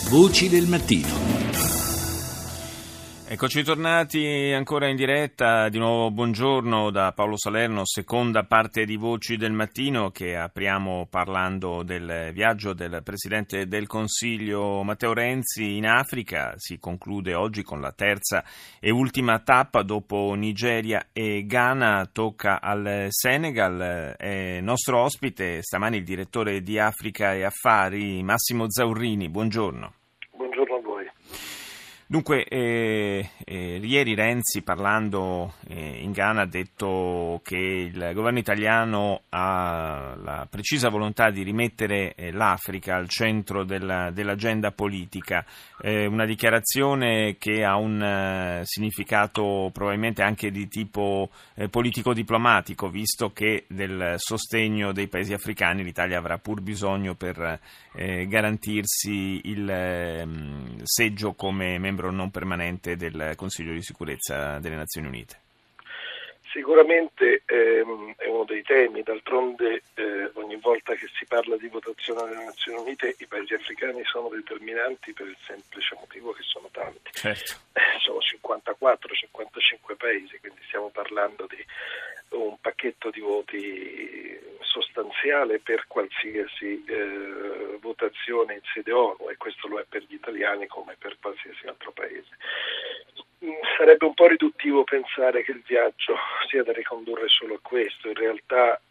Voci del mattino. Eccoci tornati ancora in diretta, di nuovo buongiorno da Paolo Salerno, seconda parte di Voci del Mattino che apriamo parlando del viaggio del Presidente del Consiglio Matteo Renzi in Africa. Si conclude oggi con la terza e ultima tappa, dopo Nigeria e Ghana tocca al Senegal. È nostro ospite stamani il direttore di Africa e Affari Massimo Zaurrini, buongiorno. Buongiorno a voi. Dunque, ieri Renzi, parlando in Ghana, ha detto che il governo italiano ha la precisa volontà di rimettere l'Africa al centro dell'agenda politica, una dichiarazione che ha un significato probabilmente anche di tipo politico-diplomatico, visto che del sostegno dei paesi africani l'Italia avrà pur bisogno per garantirsi il seggio come membro non permanente del Consiglio di sicurezza delle Nazioni Unite. Sicuramente è uno dei temi, d'altronde ogni volta che si parla di votazione delle Nazioni Unite i paesi africani sono determinanti per il semplice motivo che sono tanti. Certo. Sono 54-55 paesi, quindi stiamo parlando di un pacchetto di voti sostanziale per qualsiasi votazione in sede ONU, e questo lo è per gli italiani come per qualsiasi altro paese. Sarebbe un po' riduttivo pensare che il viaggio sia da ricondurre solo a questo. In realtà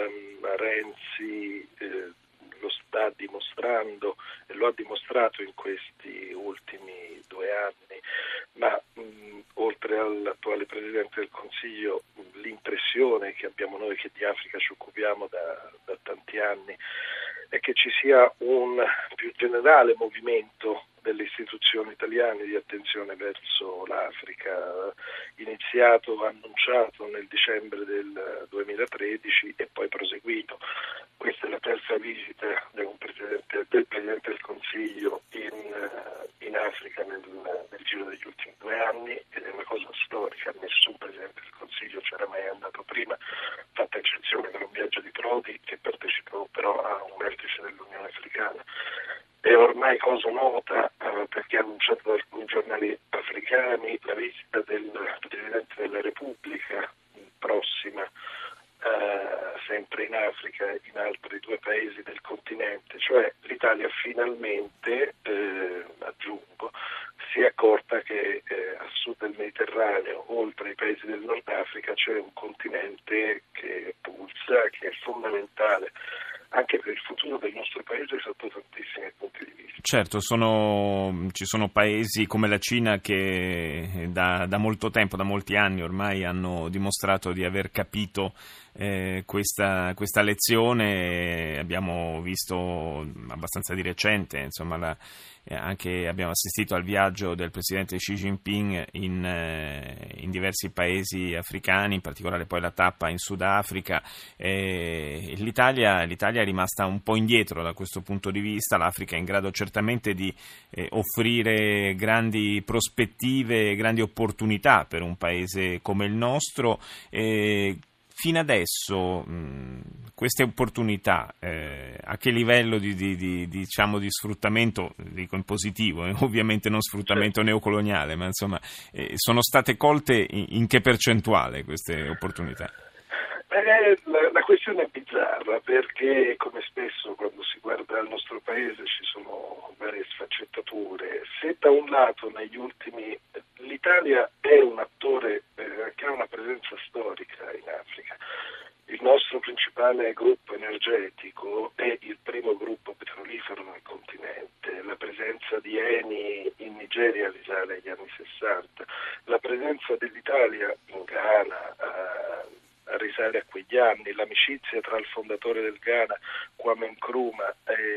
Renzi lo sta dimostrando e lo ha dimostrato in questi ultimi 2 anni, ma oltre all'attuale Presidente del Consiglio, l'impressione che abbiamo noi che di Africa ci occupiamo da tanti anni è che ci sia un più generale movimento delle istituzioni italiane di attenzione verso l'Africa, iniziato, annunciato nel dicembre del 2013 e poi proseguito. Questa è la terza visita del Presidente del Consiglio in Africa nel giro degli ultimi 2 anni, ed è una cosa storica. Nessun Presidente del Consiglio c'era mai andato prima, fatta eccezione per un viaggio di Prodi che partecipò però a un vertice dell'Unione Africana. È ormai cosa nota perché è annunciato da alcuni giornali africani la visita del Presidente della Repubblica prossima, sempre in Africa, in altri 2 paesi del continente. Cioè l'Italia finalmente, aggiungo, si è accorta che a sud del Mediterraneo, oltre ai paesi del Nord Africa, c'è un continente che pulsa, che è fondamentale anche per il futuro del nostro paese sotto tantissimi punti di vista. Certo, ci sono paesi come la Cina che da molto tempo, da molti anni ormai, hanno dimostrato di aver capito questa lezione. Abbiamo visto abbastanza di recente, insomma, anche abbiamo assistito al viaggio del presidente Xi Jinping in diversi paesi africani, in particolare poi la tappa in Sudafrica. L'Italia è rimasta un po' indietro da questo punto di vista. L'Africa è in grado certamente di offrire grandi prospettive, grandi opportunità per un paese come il nostro. Fino adesso queste opportunità a che livello di sfruttamento, dico in positivo, ovviamente non sfruttamento neocoloniale, ma insomma sono state colte in che percentuale queste opportunità? La questione è bizzarra perché, come spesso quando si guarda il nostro paese, ci sono varie sfaccettature. Se da un lato negli ultimi l'Italia è un attore che ha una presenza storica in Africa, il nostro principale gruppo energetico è il primo gruppo petrolifero nel continente, la presenza di Eni in Nigeria risale agli anni 60, la presenza dell'Italia in Ghana risale a quegli anni, l'amicizia tra il fondatore del Ghana, Kwame Nkrumah,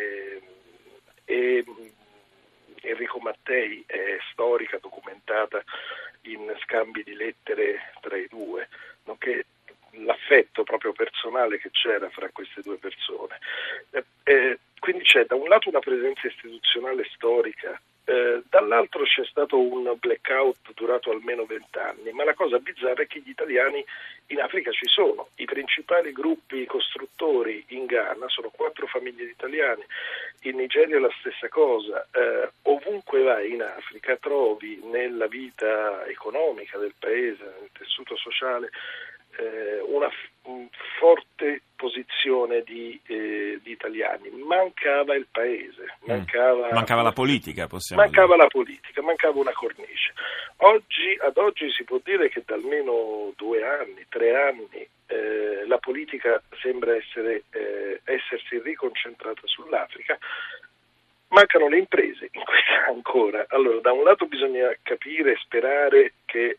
e Enrico Mattei è storica, documentata in scambi di lettere tra i due, nonché l'affetto proprio personale che c'era fra queste 2 persone. Quindi c'è da un lato una presenza istituzionale storica Dall'altro c'è stato un blackout durato almeno 20 anni, ma la cosa bizzarra è che gli italiani in Africa ci sono. I principali gruppi costruttori in Ghana sono 4 famiglie di italiani, in Nigeria la stessa cosa. Ovunque vai in Africa trovi nella vita economica del paese, nel tessuto sociale, una forte posizione di italiani. Mancava il paese, mancava la politica, mancava una cornice. Ad oggi si può dire che da almeno 2 anni, 3 anni la politica sembra essersi riconcentrata sull'Africa. Mancano le imprese in questa ancora. Allora, da un lato bisogna capire e sperare che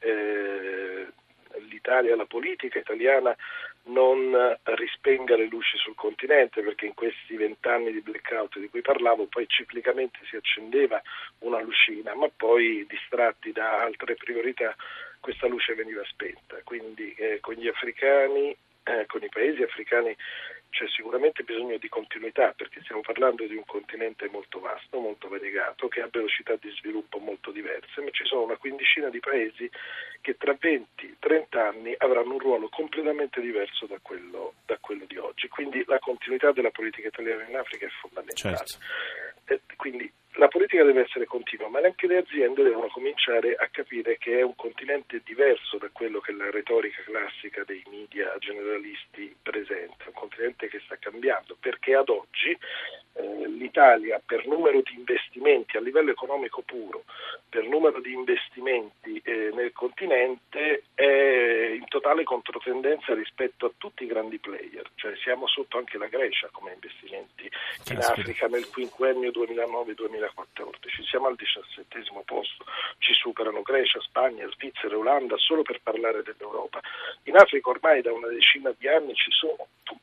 l'Italia, la politica italiana non rispenga le luci sul continente, perché in questi 20 anni di blackout di cui parlavo poi ciclicamente si accendeva una lucina, ma poi distratti da altre priorità questa luce veniva spenta. Quindi con gli africani, con i paesi africani c'è sicuramente bisogno di continuità, perché stiamo parlando di un continente molto vasto, molto variegato, che ha velocità di sviluppo molto diverse, ma ci sono una quindicina di paesi che tra 20-30 anni avranno un ruolo completamente diverso da quello di oggi. Quindi la continuità della politica italiana in Africa è fondamentale. Certo. Quindi la politica deve essere continua, ma anche le aziende devono cominciare a capire che è un continente diverso da quello che la retorica classica dei media generalisti presenta, un continente che sta cambiando, perché ad oggi l'Italia, per numero di investimenti a livello economico puro, per numero di investimenti nel continente, è in totale controtendenza rispetto a tutti i grandi player, cioè siamo sotto anche la Grecia come investimenti in Africa nel quinquennio 2009-2014, siamo al 17° posto, ci superano Grecia, Spagna, Svizzera, Olanda, solo per parlare dell'Europa. In Africa ormai da una decina di anni ci sono tutti.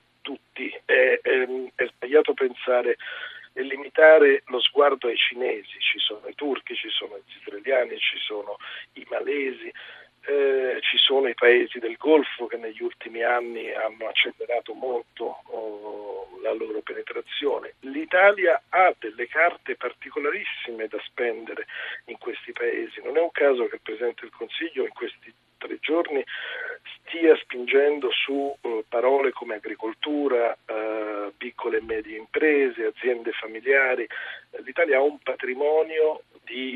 È sbagliato pensare e limitare lo sguardo ai cinesi, ci sono i turchi, ci sono gli israeliani, ci sono i malesi, ci sono i paesi del Golfo che negli ultimi anni hanno accelerato molto la loro penetrazione. L'Italia ha delle carte particolarissime da spendere in questi paesi. Non è un caso che il Presidente del Consiglio in questi 3 giorni stia spingendo su parole come agricoltura, piccole e medie imprese, aziende familiari. L'Italia ha un patrimonio di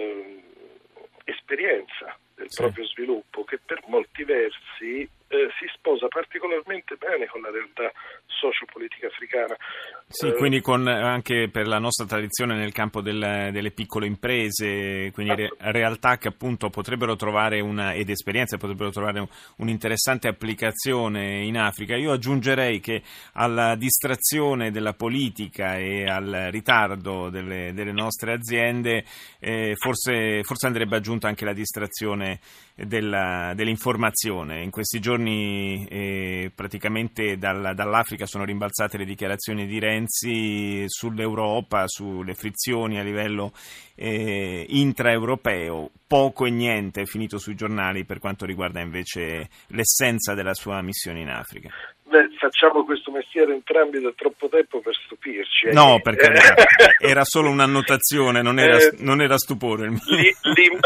esperienza del proprio sviluppo che per molti versi si sposa particolarmente bene con la realtà sociopolitica africana. Sì, quindi anche per la nostra tradizione nel campo delle piccole imprese, quindi realtà che appunto potrebbero trovare ed esperienze potrebbero trovare un'interessante applicazione in Africa. Io aggiungerei che alla distrazione della politica e al ritardo delle nostre aziende forse andrebbe aggiunta anche la distrazione dell'informazione. In questi giorni praticamente dall'Africa sono rimbalzate le dichiarazioni di Renzi sull'Europa, sulle frizioni a livello intraeuropeo. Poco e niente è finito sui giornali per quanto riguarda invece l'essenza della sua missione in Africa. Facciamo questo mestiere entrambi da troppo tempo per stupirci. No, per carità, era solo un'annotazione, non era stupore il mio.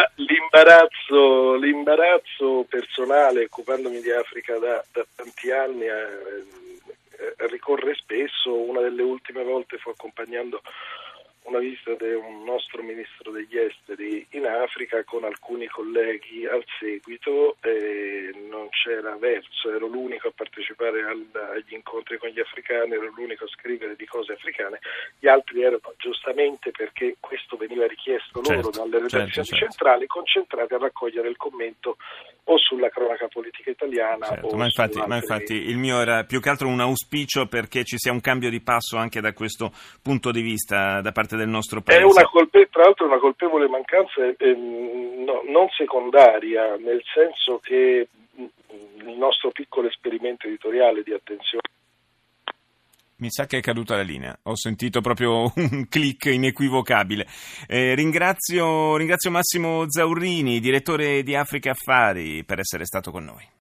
L'imbarazzo personale, occupandomi di Africa da tanti anni, ricorre spesso. Una delle ultime volte fu accompagnando una visita di un nostro ministro degli esteri in Africa con alcuni colleghi al seguito, non c'era verso, ero l'unico a partecipare agli incontri con gli africani, ero l'unico a scrivere di cose africane, gli altri erano, giustamente perché questo veniva richiesto loro dalle redazioni centrali, concentrati a raccogliere il commento o sulla cronaca politica italiana o ma infatti il mio era più che altro un auspicio perché ci sia un cambio di passo anche da questo punto di vista da parte del nostro paese. Tra l'altro una colpevole mancanza non secondaria, nel senso che il nostro piccolo esperimento editoriale di attenzione. Mi sa che è caduta la linea, ho sentito proprio un click inequivocabile. Ringrazio Massimo Zaurrini, direttore di Africa Affari, per essere stato con noi.